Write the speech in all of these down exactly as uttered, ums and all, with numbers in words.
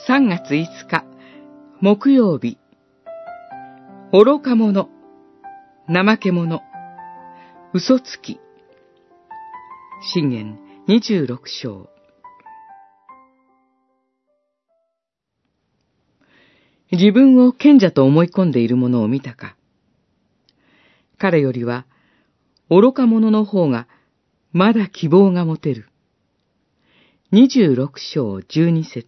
さんがついつか木曜日。愚か者、怠け者、嘘つき。箴言にじゅうろく章。自分を賢者と思い込んでいる者を見たか。彼よりは愚か者の方がまだ希望が持てる。にじゅうろく章じゅうに節。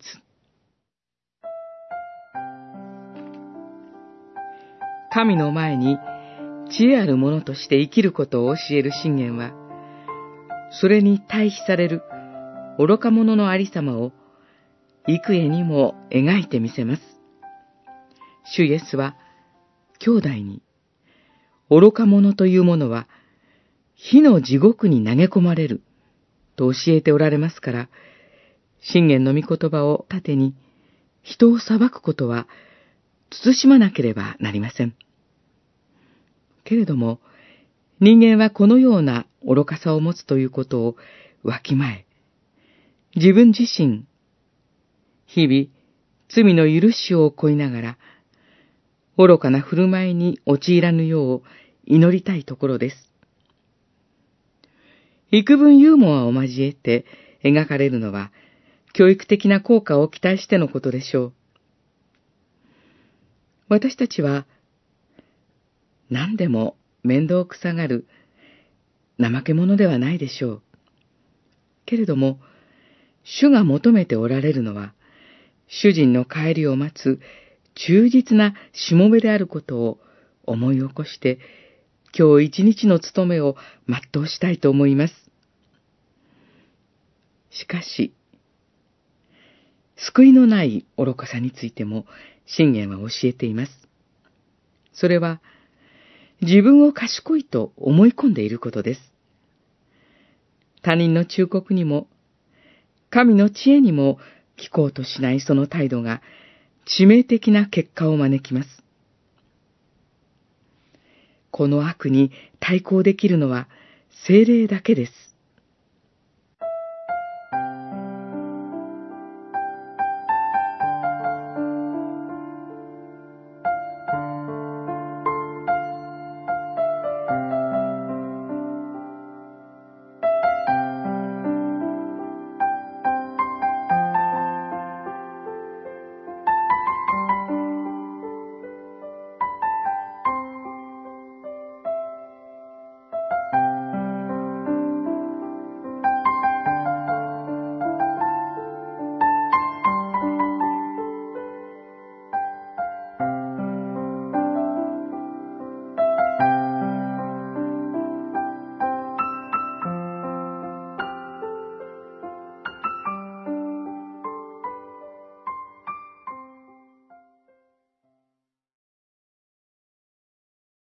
神の前に知恵ある者として生きることを教える箴言は、それに対比される愚か者のありさまを幾重にも描いてみせます。主イエスは兄弟に、愚か者というものは火の地獄に投げ込まれると教えておられますから、箴言の御言葉を盾に人を裁くことは慎まなければなりません。けれども、人間はこのような愚かさを持つということをわきまえ、自分自身、日々罪の許しを請いながら、愚かな振る舞いに陥らぬよう祈りたいところです。幾分ユーモアを交えて描かれるのは、教育的な効果を期待してのことでしょう。私たちは、何でも面倒くさがる怠け者ではないでしょう。けれども、主が求めておられるのは、主人の帰りを待つ忠実なしもべであることを思い起こして、今日一日の務めを全うしたいと思います。しかし、救いのない愚かさについても箴言は教えています。それは、自分を賢いと思い込んでいることです。他人の忠告にも、神の知恵にも聞こうとしないその態度が致命的な結果を招きます。この悪に対抗できるのは聖霊だけです。